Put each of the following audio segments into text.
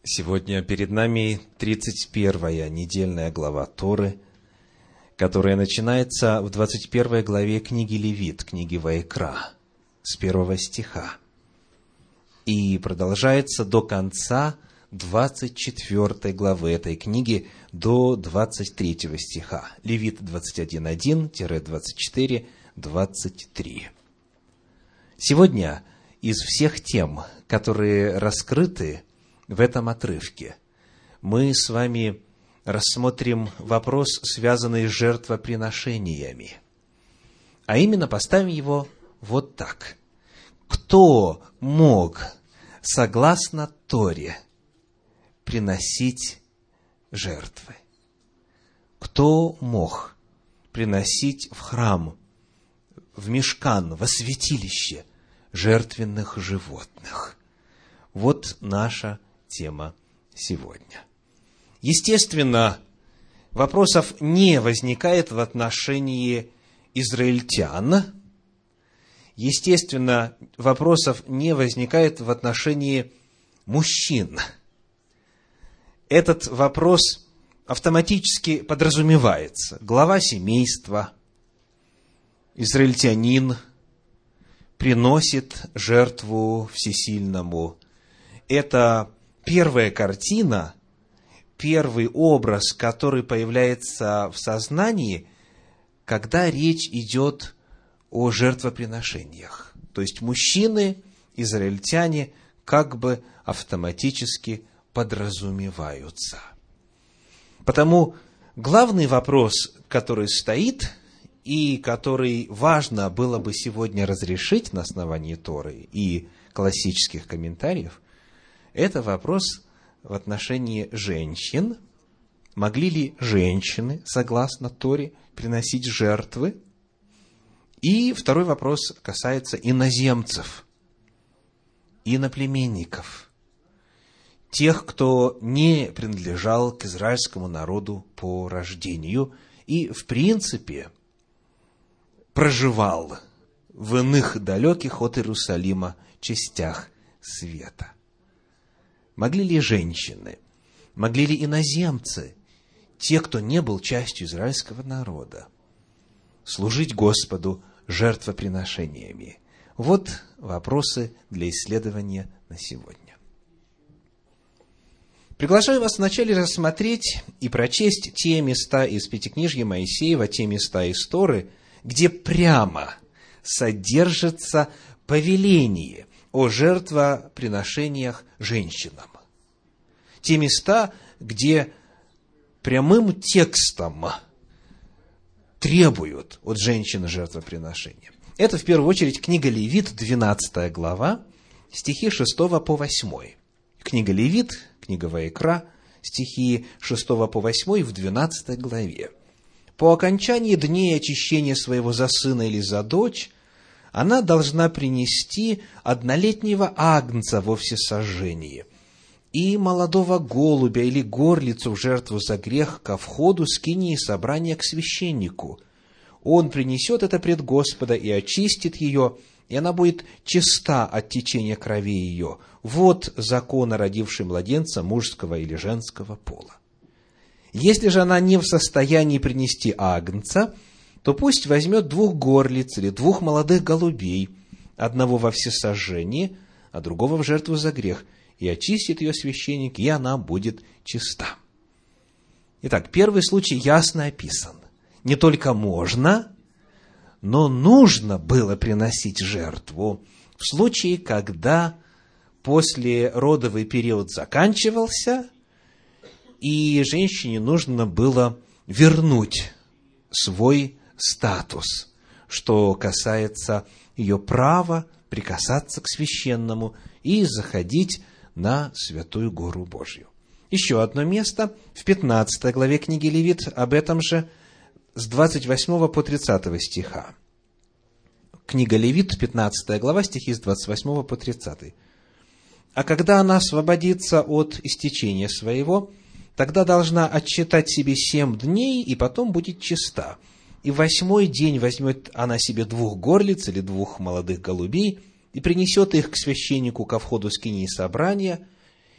Сегодня перед нами 31-я недельная глава Торы, которая начинается в 21 главе книги Левит, книги Ваикра, с 1 стиха, и продолжается до конца 24 главы этой книги, до 23 стиха. Левит 21:1-24:23. Сегодня из всех тем, которые раскрыты в этом отрывке, мы с вами рассмотрим вопрос, связанный с жертвоприношениями. А именно, поставим его вот так. Кто мог, согласно Торе, приносить жертвы? Кто мог приносить в храм, в мишкан, во святилище жертвенных животных? Вот наша тема сегодня. Естественно, вопросов не возникает в отношении израильтян. Естественно, вопросов не возникает в отношении мужчин. Этот вопрос автоматически подразумевается. Глава семейства, израильтянин, приносит жертву всесильному. Это первая картина, первый образ, который появляется в сознании, когда речь идет о жертвоприношениях. То есть мужчины, израильтяне, как бы автоматически подразумеваются. Потому главный вопрос, который стоит и который важно было бы сегодня разрешить на основании Торы и классических комментариев, это вопрос в отношении женщин. Могли ли женщины, согласно Торе, приносить жертвы? И второй вопрос касается иноземцев, иноплеменников, тех, кто не принадлежал к израильскому народу по рождению и, в принципе, проживал в иных далеких от Иерусалима частях света. Могли ли женщины, могли ли иноземцы, те, кто не был частью израильского народа, служить Господу жертвоприношениями? Вот вопросы для исследования на сегодня. Приглашаю вас вначале рассмотреть и прочесть те места из Пятикнижья Моисеева, те места из Торы, где прямо содержится повеление о жертвоприношениях женщинам. Те места, где прямым текстом требуют от женщины жертвоприношения. Это, в первую очередь, книга Левит, 12 глава, стихи 6 по 8. Книга Левит, книга Ваикра, стихи 6 по 8 в 12 главе. По окончании дней очищения своего за сына или за дочь, она должна принести однолетнего агнца во всесожжение и молодого голубя или горлицу в жертву за грех ко входу скинии собрания к священнику. Он принесет это пред Господа и очистит ее, и она будет чиста от течения крови ее. Вот закон о родившей младенца мужского или женского пола. Если же она не в состоянии принести агнца, то пусть возьмет 2 горлиц или 2 молодых голубей, одного во всесожжение, а другого в жертву за грех, и очистит ее священник, и она будет чиста. Итак, первый случай ясно описан. Не только можно, но нужно было приносить жертву в случае, когда послеродовый период заканчивался, и женщине нужно было вернуть свой статус, что касается ее права прикасаться к священному и заходить на святую гору Божью. Еще одно место в 15 главе книги Левит, об этом же с 28 по 30 стиха. Книга Левит, 15 глава, стихи с 28 по 30. «А когда она освободится от истечения своего, тогда должна отсчитать себе 7 дней, и потом будет чиста. И в 8-й день возьмет она себе 2 горлиц или 2 молодых голубей, и принесет их к священнику ко входу скинии собрания,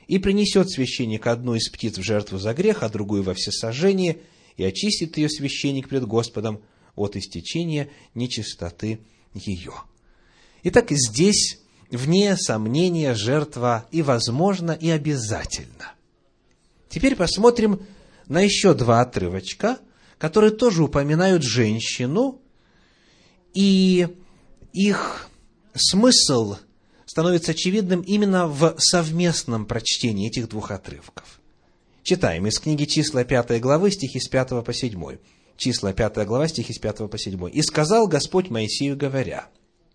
И принесет священник одну из птиц в жертву за грех, а другую во всесожжение, и очистит ее священник пред Господом от истечения нечистоты ее». Итак, здесь, вне сомнения, жертва и возможна, и обязательна. Теперь посмотрим на еще два отрывочка, которые тоже упоминают женщину, и их смысл становится очевидным именно в совместном прочтении этих двух отрывков. Читаем из книги Числа 5 главы, стихи с 5 по 7. Числа 5 глава, стихи с 5 по 7. «И сказал Господь Моисею, говоря: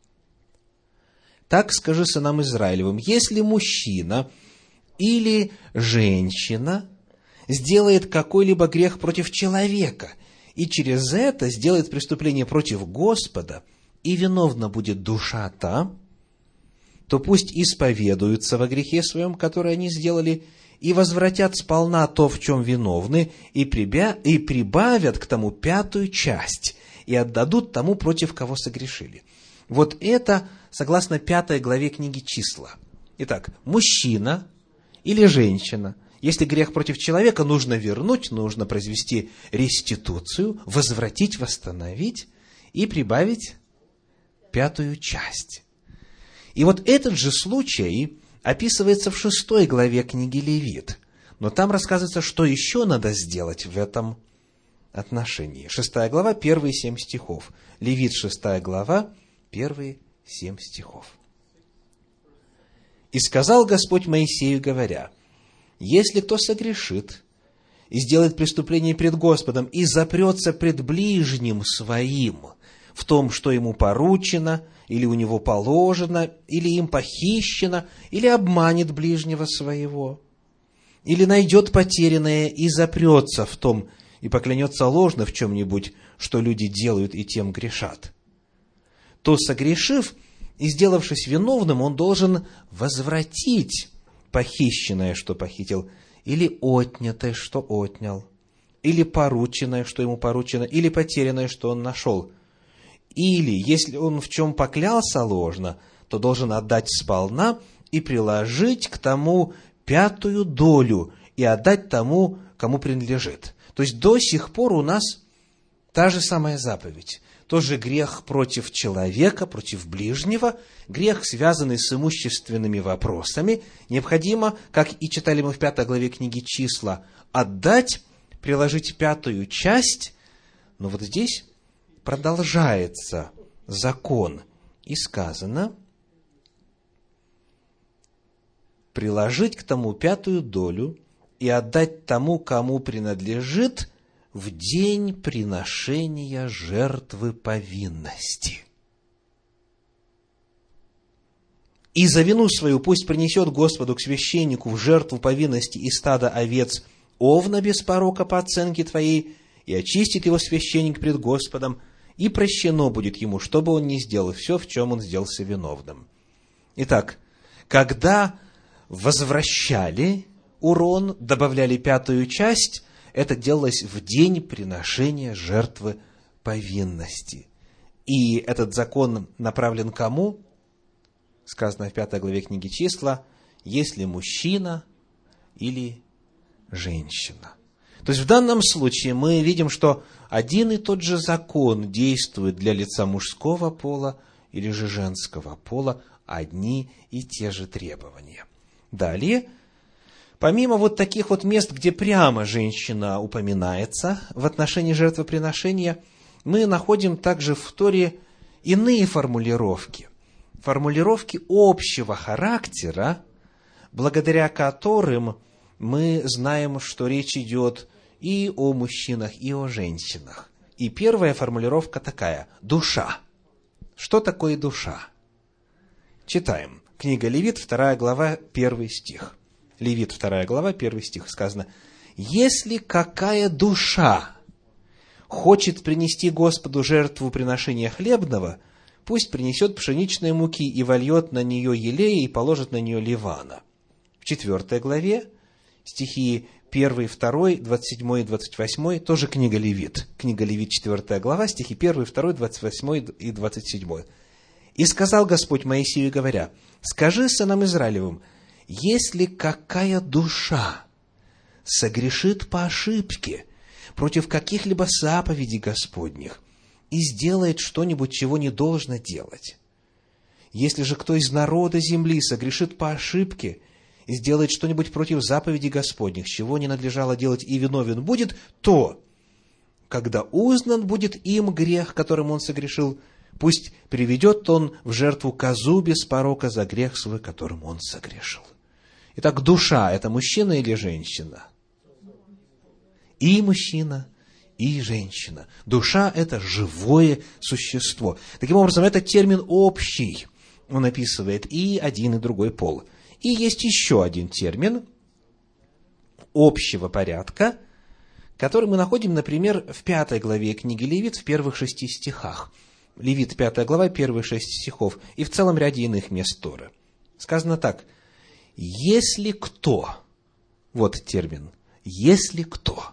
так скажи сынам Израилевым, если мужчина или женщина сделает какой-либо грех против человека, и через это сделает преступление против Господа, и виновна будет душа та, то пусть исповедуются во грехе своем, который они сделали, и возвратят сполна то, в чем виновны, и прибавят к тому 5 часть, и отдадут тому, против кого согрешили». Вот это согласно 5 главе книги Числа. Итак, мужчина или женщина, если грех против человека, нужно вернуть, нужно произвести реституцию, возвратить, восстановить и прибавить 5 часть. И вот этот же случай описывается в 6 главе книги Левит. Но там рассказывается, что еще надо сделать в этом отношении. 6 глава, первые 7 стихов. Левит, 6 глава, первые 7 стихов. «И сказал Господь Моисею, говоря: если кто согрешит и сделает преступление пред Господом, и запрется пред ближним своим в том, что ему поручено, или у него положено, или им похищено, или обманет ближнего своего, или найдет потерянное и запрется в том, и поклянется ложно в чем-нибудь, что люди делают, и тем грешат, то, согрешив и сделавшись виновным, он должен возвратить похищенное, что похитил, или отнятое, что отнял, или порученное, что ему поручено, или потерянное, что он нашел. Или, если он в чем поклялся ложно, то должен отдать сполна и приложить к тому 5 долю и отдать тому, кому принадлежит. То есть, до сих пор у нас та же самая заповедь. Тоже грех против человека, против ближнего, грех, связанный с имущественными вопросами, необходимо, как и читали мы в 5 главе книги Числа, отдать, приложить 5 часть, но вот здесь продолжается закон, и сказано: приложить к тому 5 долю и отдать тому, кому принадлежит, в день приношения жертвы повинности. И за вину свою пусть принесет Господу к священнику в жертву повинности из стада овец овна без порока по оценке твоей, и очистит его священник пред Господом, и прощено будет ему, чтобы он не сделал все, в чем он сделался виновным. Итак, когда возвращали урон, добавляли 5 часть, это делалось в день приношения жертвы повинности. И этот закон направлен кому? Сказано в 5 главе книги Числа: если мужчина или женщина. То есть, в данном случае мы видим, что один и тот же закон действует для лица мужского пола или же женского пола, одни и те же требования. Далее, помимо вот таких вот мест, где прямо женщина упоминается в отношении жертвоприношения, мы находим также в Торе иные формулировки. Формулировки общего характера, благодаря которым мы знаем, что речь идет и о мужчинах, и о женщинах. И первая формулировка такая: душа. Что такое душа? Читаем. Книга Левит, 2 глава, 1 стих. Левит, 2 глава, 1 стих, сказано: «Если какая душа хочет принести Господу жертву приношения хлебного, пусть принесет пшеничной муки и вольет на нее елея и положит на нее ливана». В 4 главе, стихи 1, 2, 27 и 28, тоже книга Левит. Книга Левит, 4 глава, стихи 1, 2, 28 и 27. «И сказал Господь Моисею, говоря: скажи сынам Израилевым, если какая душа согрешит по ошибке против каких-либо заповедей Господних и сделает что-нибудь, чего не должно делать, если же кто из народа земли согрешит по ошибке и сделает что-нибудь против заповедей Господних, чего не надлежало делать, и виновен будет, то, когда узнан будет им грех, которым он согрешил, пусть приведет он в жертву козу без порока за грех свой, которым он согрешил. Итак, душа – это мужчина или женщина? И мужчина, и женщина. Душа – это живое существо. Таким образом, это термин общий. Он описывает и один, и другой пол. И есть еще один термин общего порядка, который мы находим, например, в 5 главе книги Левит, в первых 6 стихах. Левит, 5 глава, первые 6 стихов, и в целом ряде иных мест Торы. Сказано так: «Если кто», вот термин, «если кто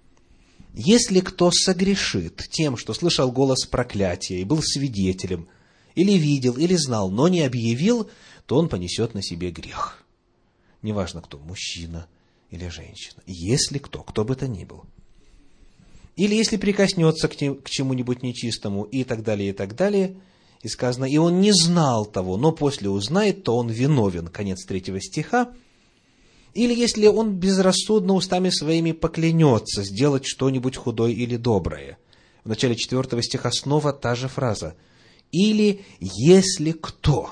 согрешит тем, что слышал голос проклятия и был свидетелем, или видел, или знал, но не объявил, то он понесет на себе грех». Неважно кто, мужчина или женщина. Если кто бы то ни был. Или если прикоснется к чему-нибудь нечистому, и так далее, и сказано, и он не знал того, но после узнает, то он виновен. Конец 3 стиха. Или если он безрассудно устами своими поклянется сделать что-нибудь худое или доброе. В начале 4 стиха снова та же фраза. Или если кто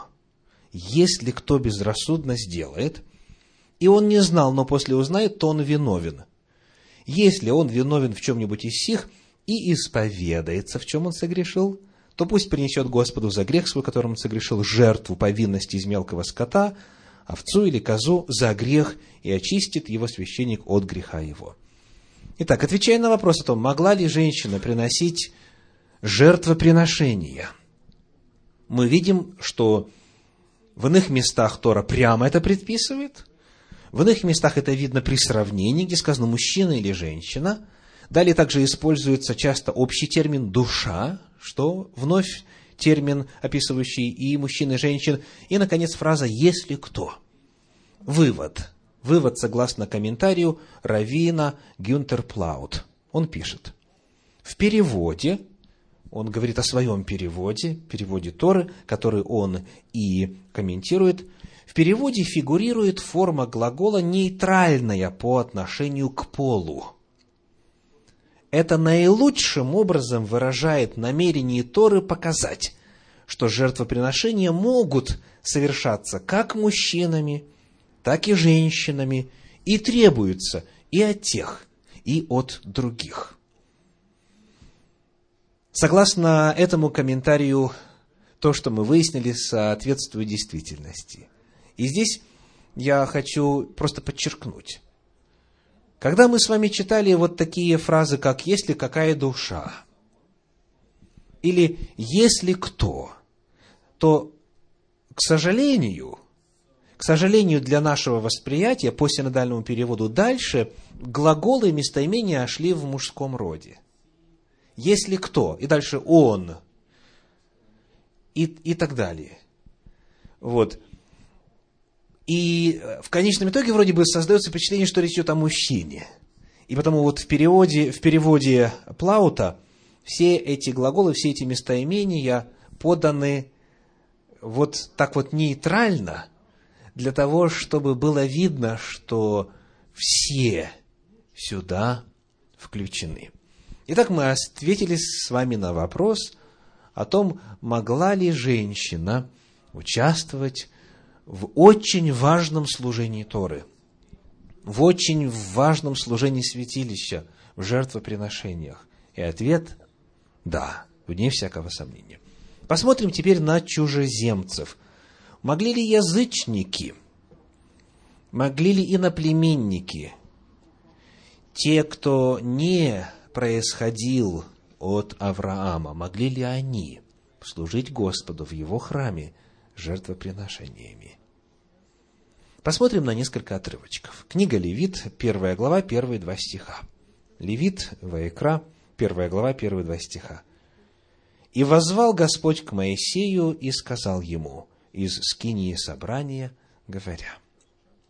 безрассудно сделает, и он не знал, но после узнает, то он виновен. Если он виновен в чем-нибудь из сих и исповедается, в чем он согрешил, то пусть принесет Господу за грех свой, которым он согрешил, жертву повинности из мелкого скота, овцу или козу за грех, и очистит его священник от греха его. Итак, отвечая на вопрос о том, могла ли женщина приносить жертвоприношения, мы видим, что в иных местах Тора прямо это предписывает, в иных местах это видно при сравнении, где сказано мужчина или женщина. Далее также используется часто общий термин «душа», что вновь термин, описывающий и мужчин, и женщин. И, наконец, фраза «если кто». Вывод, согласно комментарию раввина Гюнтер Плаут. Он пишет, в переводе, он говорит о своем переводе Торы, который он и комментирует, в переводе фигурирует форма глагола нейтральная по отношению к полу. Это наилучшим образом выражает намерение Торы показать, что жертвоприношения могут совершаться как мужчинами, так и женщинами, и требуются и от тех, и от других. Согласно этому комментарию, то, что мы выяснили, соответствует действительности. И здесь я хочу просто подчеркнуть. Когда мы с вами читали вот такие фразы, как «если какая душа» или «если кто», то, к сожалению, для нашего восприятия по синодальному переводу дальше глаголы и местоимения шли в мужском роде. «Если кто», и дальше «он», и так далее. Вот. И в конечном итоге вроде бы создается впечатление, что речь идет о мужчине. И потому вот в переводе Плаута все эти глаголы, все эти местоимения поданы вот так вот нейтрально, для того, чтобы было видно, что все сюда включены. Итак, мы ответили с вами на вопрос о том, могла ли женщина участвовать в очень важном служении Торы, в очень важном служении святилища, в жертвоприношениях. И ответ – да, вне всякого сомнения. Посмотрим теперь на чужеземцев. Могли ли язычники, могли ли иноплеменники, те, кто не происходил от Авраама, могли ли они служить Господу в Его храме жертвоприношениями? Посмотрим на несколько отрывочков. Книга Левит, 1 глава, первые 2 стиха. Левит, Ваикра, 1 глава, первые 2 стиха. «И воззвал Господь к Моисею и сказал ему из скинии собрания, говоря».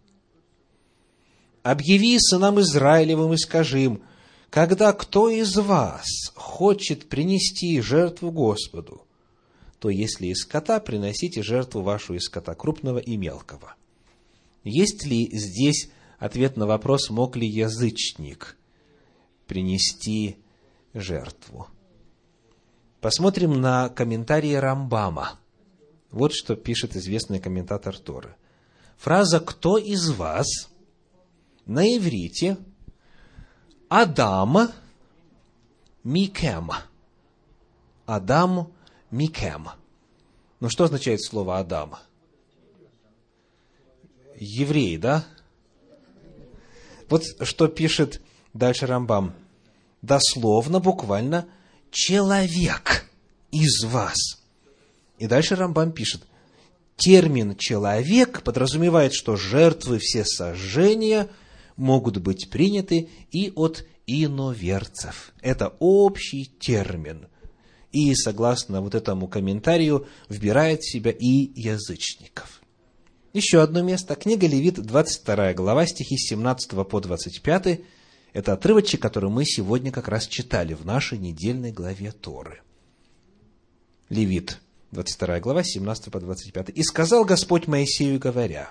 объяви сынам Израилевым и скажи им, когда кто из вас хочет принести жертву Господу, то если из скота, приносите жертву вашу из скота, крупного и мелкого». Есть ли здесь ответ на вопрос, мог ли язычник принести жертву? Посмотрим на комментарии Рамбама. Вот что пишет известный комментатор Торы. Фраза «кто из вас» на иврите «Адам микем». «Адам микем». Ну, что означает слово «Адам»? Еврей, да? Вот что пишет дальше Рамбам. Дословно, буквально, «человек из вас». И дальше Рамбам пишет, термин «человек» подразумевает, что жертвы всесожжения могут быть приняты и от иноверцев. Это общий термин. И, согласно вот этому комментарию, вбирает в себя и язычников. Еще одно место. Книга Левит, 22 глава, стихи с 17 по 25. Это отрывочек, который мы сегодня как раз читали в нашей недельной главе Торы. Левит, 22 глава, 17 по 25. «И сказал Господь Моисею, говоря,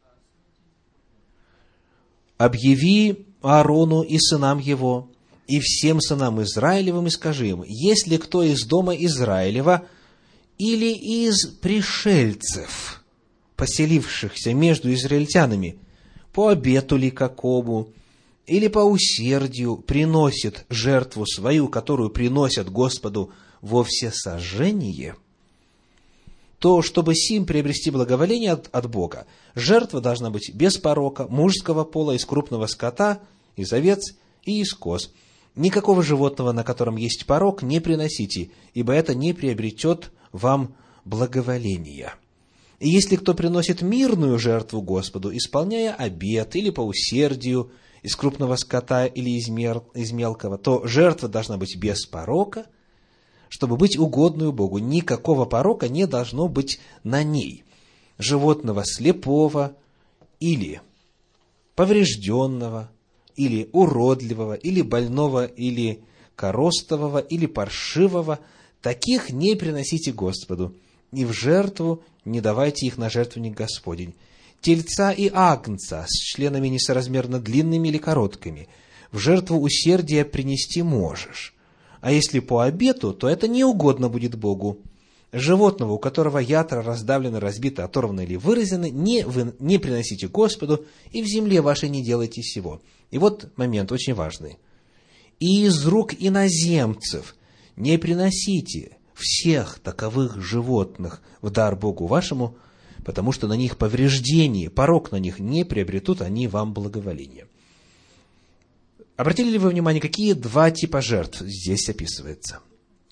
объяви Аарону и сынам его, и всем сынам Израилевым, и скажи им, если кто из дома Израилева или из пришельцев, поселившихся между израильтянами, по обету ли какому, или по усердию приносит жертву свою, которую приносят Господу во всесожжение, то, чтобы сим приобрести благоволение от Бога, жертва должна быть без порока, мужского пола, из крупного скота, из овец и из коз. Никакого животного, на котором есть порок, не приносите, ибо это не приобретет вам благоволения. И если кто приносит мирную жертву Господу, исполняя обет или по усердию, из крупного скота или из мелкого, то жертва должна быть без порока, чтобы быть угодную Богу. Никакого порока не должно быть на ней. Животного слепого или поврежденного, или уродливого, или больного, или коростового, или паршивого, таких не приносите Господу, и в жертву не давайте их на жертвенник Господень. Тельца и агнца с членами несоразмерно длинными или короткими в жертву усердия принести можешь. А если по обету, то это не угодно будет Богу. Животного, у которого ятра раздавлены, разбиты, оторваны или вырезаны, не приносите Господу, и в земле вашей не делайте сего. И вот момент очень важный. И из рук иноземцев не приносите всех таковых животных в дар Богу вашему, потому что на них повреждение, порок на них не приобретут они вам благоволения. Обратили ли вы внимание, какие два типа жертв здесь описывается?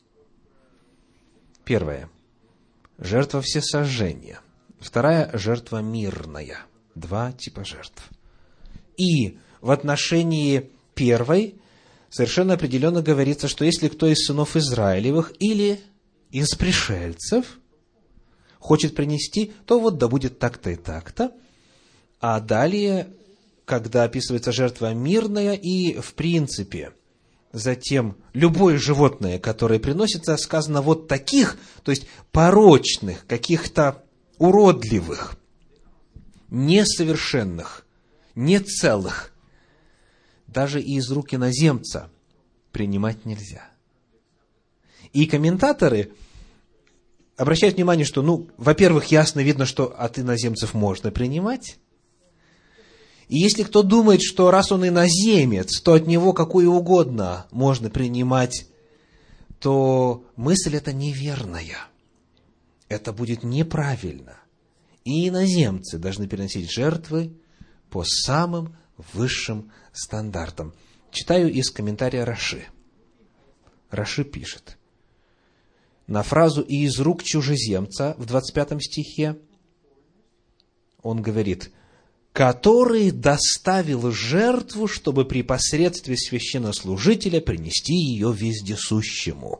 Первая – жертва всесожжения. Вторая – жертва мирная. Два типа жертв. И в отношении первой совершенно определенно говорится, что если кто из сынов Израилевых или из пришельцев хочет принести, то вот да будет так-то и так-то. А далее, когда описывается жертва мирная, и в принципе затем любое животное, которое приносится, сказано вот таких, то есть порочных, каких-то уродливых, несовершенных, нецелых, даже и из рук иноземца принимать нельзя. И комментаторы обращают внимание, что, во-первых, ясно видно, что от иноземцев можно принимать. И если кто думает, что раз он иноземец, то от него какую угодно можно принимать, то мысль эта неверная. Это будет неправильно. И иноземцы должны переносить жертвы по самым высшим стандартам. Читаю из комментария Раши. Раши пишет. На фразу «и из рук чужеземца» в 25 стихе он говорит: «который доставил жертву, чтобы при посредстве священнослужителя принести ее вездесущему».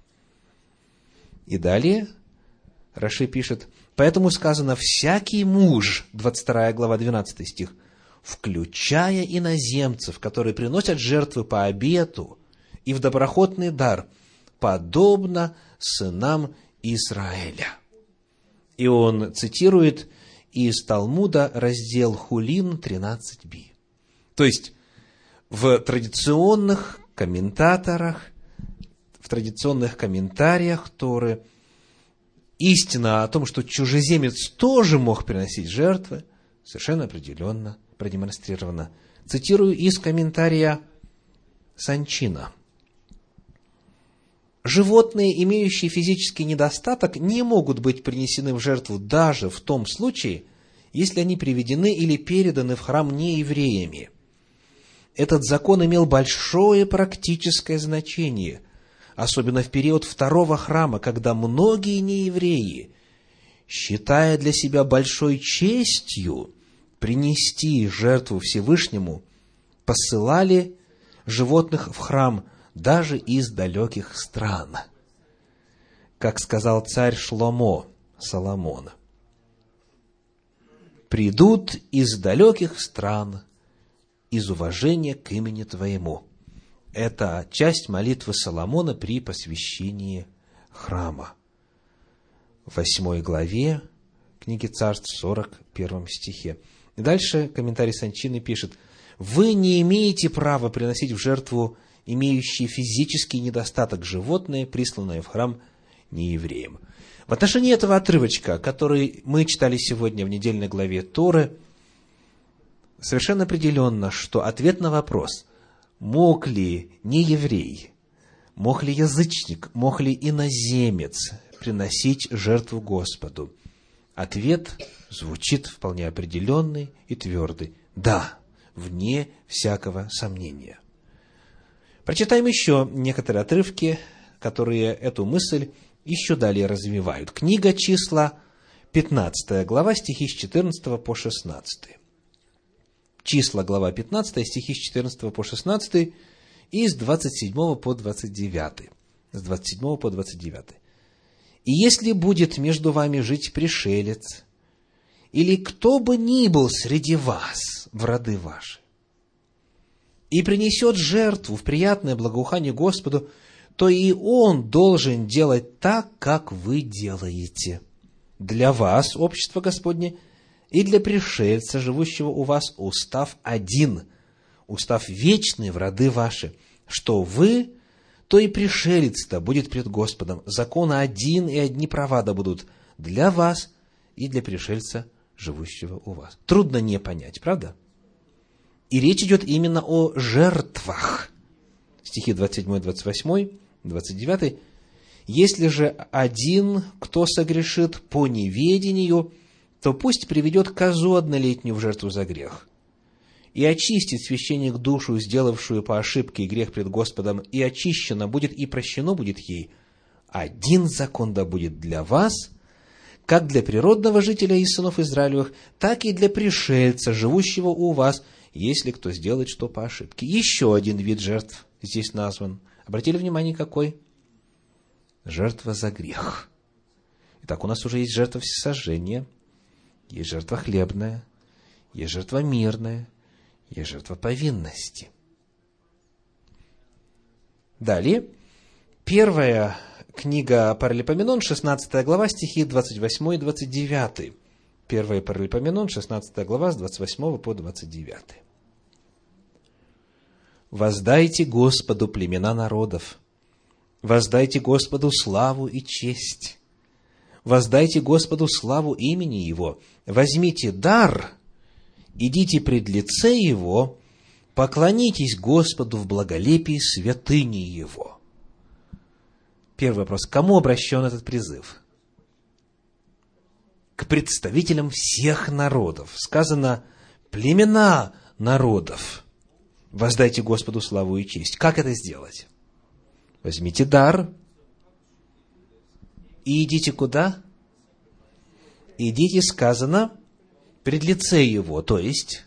И далее Раши пишет: «Поэтому сказано, всякий муж», 22 глава, 12 стих, включая иноземцев, которые приносят жертвы по обету и в доброхотный дар, подобно сынам Израиля». И он цитирует из Талмуда раздел Хулин 13b. То есть, в традиционных комментариях Торы истина о том, что чужеземец тоже мог приносить жертвы, совершенно определенно продемонстрирована. Цитирую из комментария Санчина. «Животные, имеющие физический недостаток, не могут быть принесены в жертву даже в том случае, если они приведены или переданы в храм неевреями. Этот закон имел большое практическое значение, особенно в период второго храма, когда многие неевреи, считая для себя большой честью принести жертву Всевышнему, посылали животных в храм даже из далеких стран. Как сказал царь Шломо, Соломон: «Придут из далеких стран из уважения к имени Твоему». Это часть молитвы Соломона при посвящении храма. В 8 главе книги Царств, 41 стихе. И дальше комментарий Санчины пишет: «Вы не имеете права приносить в жертву имеющие физический недостаток животные, присланные в храм неевреям». В отношении этого отрывочка, который мы читали сегодня в недельной главе Торы, совершенно определенно, что ответ на вопрос, мог ли нееврей, мог ли язычник, мог ли иноземец приносить жертву Господу, ответ звучит вполне определенный и твердый: да, вне всякого сомнения. Прочитаем еще некоторые отрывки, которые эту мысль еще далее развивают. Книга Числа, 15 глава, стихи с 14 по 16. Числа, глава 15, стихи с 14 по 16 и с 27 по 29. С 27 по 29. «И если будет между вами жить пришелец, или кто бы ни был среди вас в роды ваши, и принесет жертву в приятное благоухание Господу, то и он должен делать так, как вы делаете. Для вас, общество Господне, и для пришельца, живущего у вас, устав один, устав вечный в роды ваши, что вы, то и пришелец-то будет пред Господом. Закон один, и одни права да будут для вас и для пришельца, живущего у вас». Трудно не понять, правда? И речь идет именно о жертвах. Стихи 27, 28, 29. «Если же один, кто согрешит по неведению, то пусть приведет козу однолетнюю в жертву за грех. И очистит священник душу, сделавшую по ошибке грех пред Господом, и очищена будет, и прощено будет ей. Один закон да будет для вас, как для природного жителя из сынов Израилевых, так и для пришельца, живущего у вас, если кто сделает что по ошибке». Еще один вид жертв здесь назван. Обратили внимание, какой? Жертва за грех. Итак, у нас уже есть жертва всесожжения, есть жертва хлебная, есть жертва мирная, есть жертва повинности. Далее, первая книга Паралипоменон, 16 глава, стихи 28 и 29. Первая Паралипоменон, 16 глава, с 28 по 29. «Воздайте Господу, племена народов, воздайте Господу славу и честь, воздайте Господу славу имени Его, возьмите дар, идите пред лице Его, поклонитесь Господу в благолепии святыни Его». Первый вопрос. К кому обращен этот призыв? К представителям всех народов. Сказано: племена народов. Воздайте Господу славу и честь. Как это сделать? Возьмите дар и идите куда? Идите, сказано, пред лице Его, то есть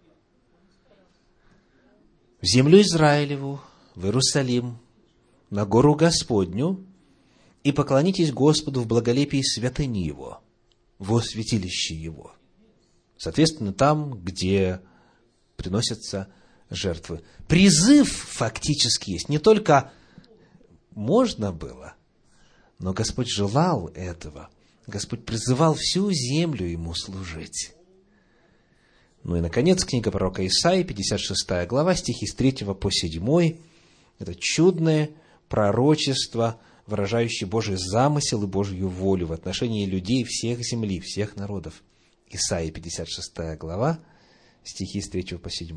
в землю Израилеву, в Иерусалим, на гору Господню, и поклонитесь Господу в благолепии святыни Его, во святилище Его. Соответственно, там, где приносятся жертвы. Призыв фактически есть. Не только можно было, но Господь желал этого. Господь призывал всю землю Ему служить. Ну и, наконец, книга пророка Исаии, 56 глава, стихи с 3 по 7. Это чудное пророчество, выражающее Божий замысел и Божью волю в отношении людей всех земли, всех народов. Исаии, 56 глава, стихи с 3 по 7.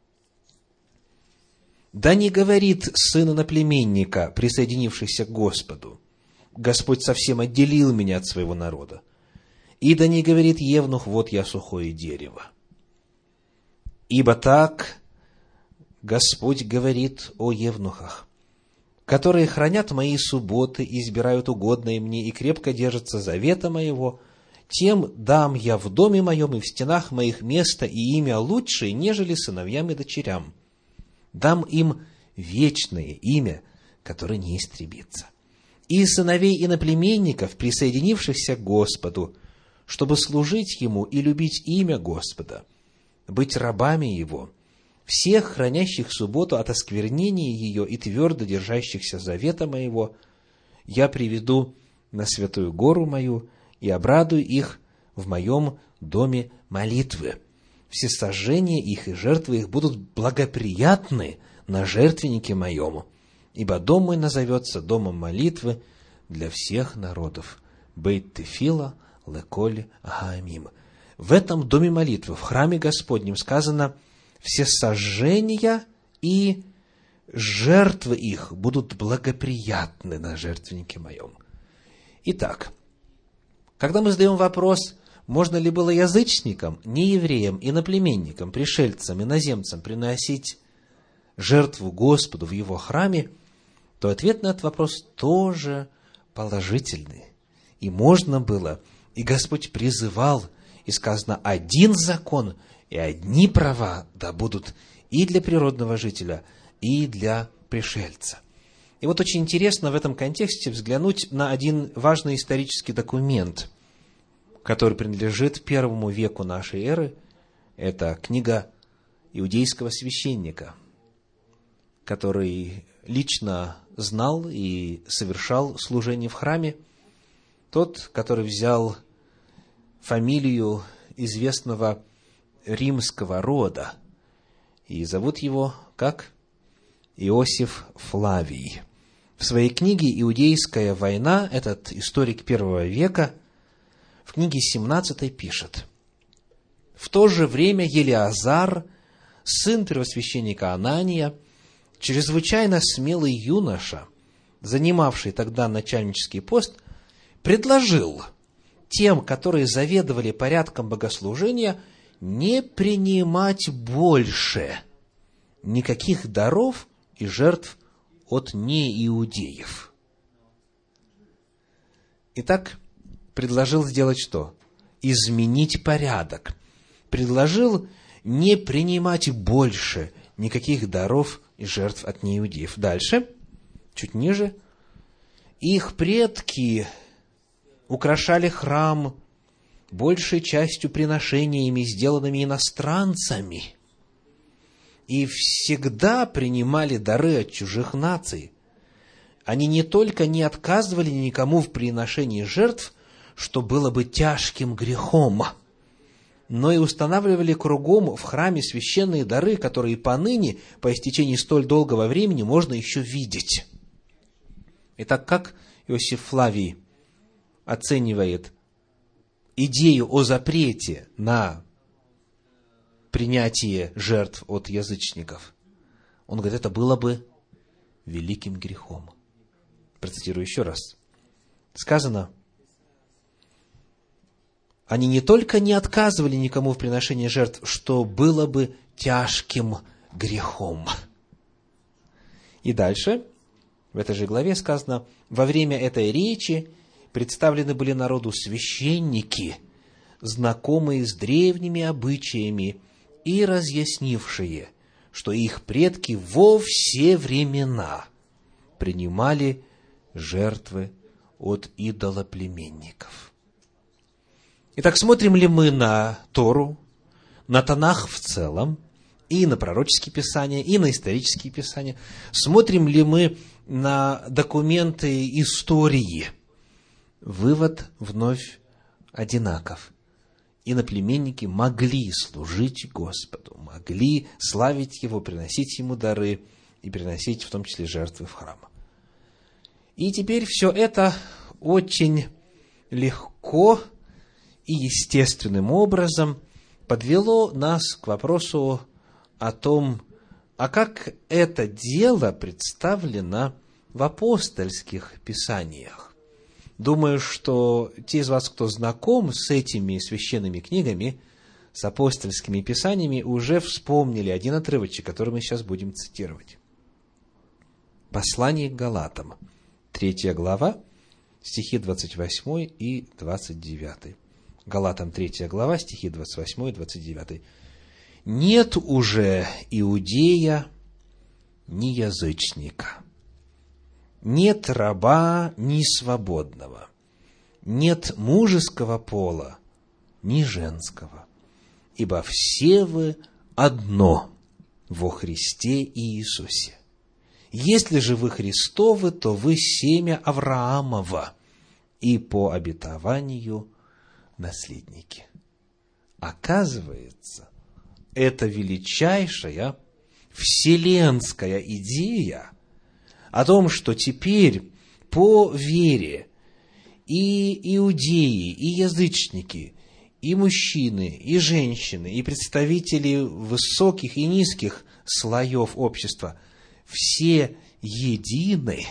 «Да не говорит сын иноплеменника, присоединившийся к Господу: Господь совсем отделил меня от своего народа. И да не говорит евнух: вот я сухое дерево. Ибо так Господь говорит о евнухах, которые хранят мои субботы, избирают угодное мне и крепко держатся завета моего, тем дам я в доме моем и в стенах моих место и имя лучшее, нежели сыновьям и дочерям. Дам им вечное имя, которое не истребится. И сыновей иноплеменников, присоединившихся к Господу, чтобы служить Ему и любить имя Господа, быть рабами Его, всех, хранящих субботу от осквернения ее и твердо держащихся завета моего, я приведу на святую гору мою и обрадую их в моем доме молитвы. Всесожжения их и жертвы их будут благоприятны на жертвеннике моем, ибо дом мой назовется домом молитвы для всех народов. Бейт Тефила леколь гаамим». В этом доме молитвы, в храме Господнем сказано: всесожжения и жертвы их будут благоприятны на жертвеннике моем. Итак, когда мы задаем вопрос, можно ли было язычникам, неевреям, иноплеменникам, пришельцам, иноземцам приносить жертву Господу в Его храме, то ответ на этот вопрос тоже положительный. И можно было, и Господь призывал, и сказано: один закон и одни права да будут и для природного жителя, и для пришельца. И вот очень интересно в этом контексте взглянуть на один важный исторический документ, который принадлежит первому веку нашей эры. Это книга иудейского священника, который лично знал и совершал служение в храме. Тот, который взял фамилию известного римского рода, и зовут его как? Иосиф Флавий. В своей книге «Иудейская война» этот историк первого века в книге 17 пишет: «В то же время Елиазар, сын первосвященника Анания, чрезвычайно смелый юноша, занимавший тогда начальнический пост, предложил тем, которые заведовали порядком богослужения, не принимать больше никаких даров и жертв от неиудеев». Итак, предложил сделать что? Изменить порядок. Предложил не принимать больше никаких даров и жертв от неиудеев. Дальше, чуть ниже: их предки украшали храм большей частью приношениями, сделанными иностранцами, и всегда принимали дары от чужих наций. Они не только не отказывали никому в приношении жертв, что было бы тяжким грехом, но и устанавливали кругом в храме священные дары, которые поныне, по истечении столь долгого времени, можно еще видеть. Итак, как Иосиф Флавий оценивает идею о запрете на принятие жертв от язычников? Он говорит, это было бы великим грехом. Процитирую еще раз. Сказано: они не только не отказывали никому в приношении жертв, что было бы тяжким грехом. И дальше, в этой же главе сказано: во время этой речи представлены были народу священники, знакомые с древними обычаями и разъяснившие, что их предки во все времена принимали жертвы от идолоплеменников. Итак, смотрим ли мы на Тору, на Танах в целом, и на пророческие писания, и на исторические писания. Смотрим ли мы на документы истории? Вывод вновь одинаков. Иноплеменники могли служить Господу, могли славить Его, приносить Ему дары и приносить в том числе жертвы в храм. И теперь все это очень легко и естественным образом подвело нас к вопросу о том, а как это дело представлено в апостольских писаниях. Думаю, что те из вас, кто знаком с этими священными книгами, с апостольскими писаниями, уже вспомнили один отрывочек, который мы сейчас будем цитировать. Послание к Галатам, 3 глава, стихи 28 и 29. Галатам 3 глава, стихи 28 и 29. «Нет уже иудея, ни язычника, нет раба, ни свободного, нет мужеского пола, ни женского, ибо все вы одно во Христе Иисусе. Если же вы Христовы, то вы семя Авраамова, и по обетованию наследники». Оказывается, это величайшая вселенская идея о том, что теперь по вере и иудеи, и язычники, и мужчины, и женщины, и представители высоких и низких слоев общества все едины.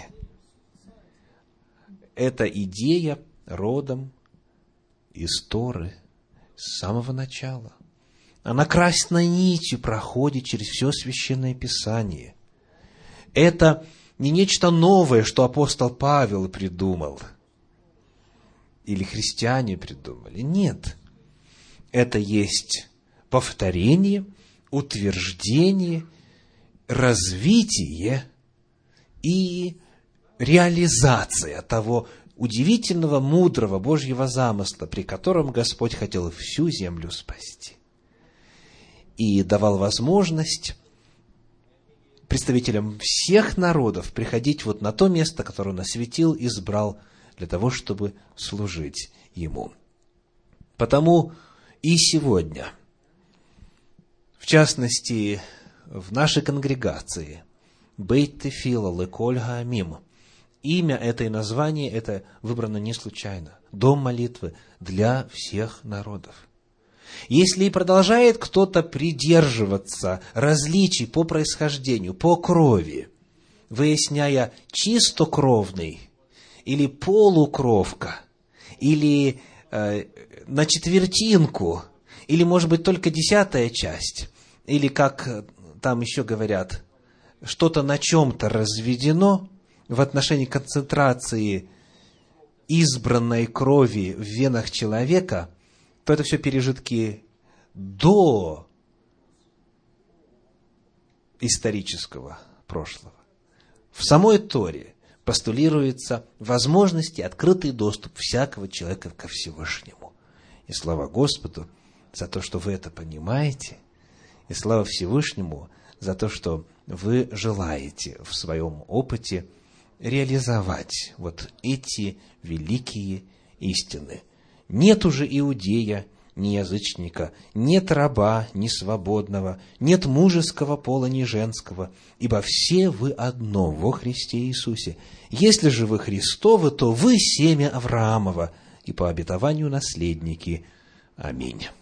Эта идея родом из Торы с самого начала. Она красной нитью проходит через все Священное Писание. Это не нечто новое, что апостол Павел придумал, или христиане придумали. Нет. Это есть повторение, утверждение, развитие и реализация того удивительного, мудрого Божьего замысла, при котором Господь хотел всю землю спасти. И давал возможность представителям всех народов приходить вот на то место, которое Он осветил, избрал для того, чтобы служить Ему. Потому и сегодня, в частности, в нашей конгрегации Бейт Тефилла Леколь Хаамим, имя это и название это выбрано не случайно. Дом молитвы для всех народов. Если и продолжает кто-то придерживаться различий по происхождению, по крови, выясняя чистокровный или полукровка, или на четвертинку, или, может быть, только 10-я часть, или, как там еще говорят, что-то на чем-то разведено в отношении концентрации избранной крови в венах человека, то это все пережитки до исторического прошлого. В самой Торе постулируется возможность и открытый доступ всякого человека ко Всевышнему. И слава Господу за то, что вы это понимаете, и слава Всевышнему за то, что вы желаете в своем опыте реализовать вот эти великие истины. Нет уже иудея, ни язычника, нет раба, ни свободного, нет мужеского пола, ни женского, ибо все вы одно во Христе Иисусе. Если же вы Христовы, то вы семя Авраамова, и по обетованию наследники. Аминь.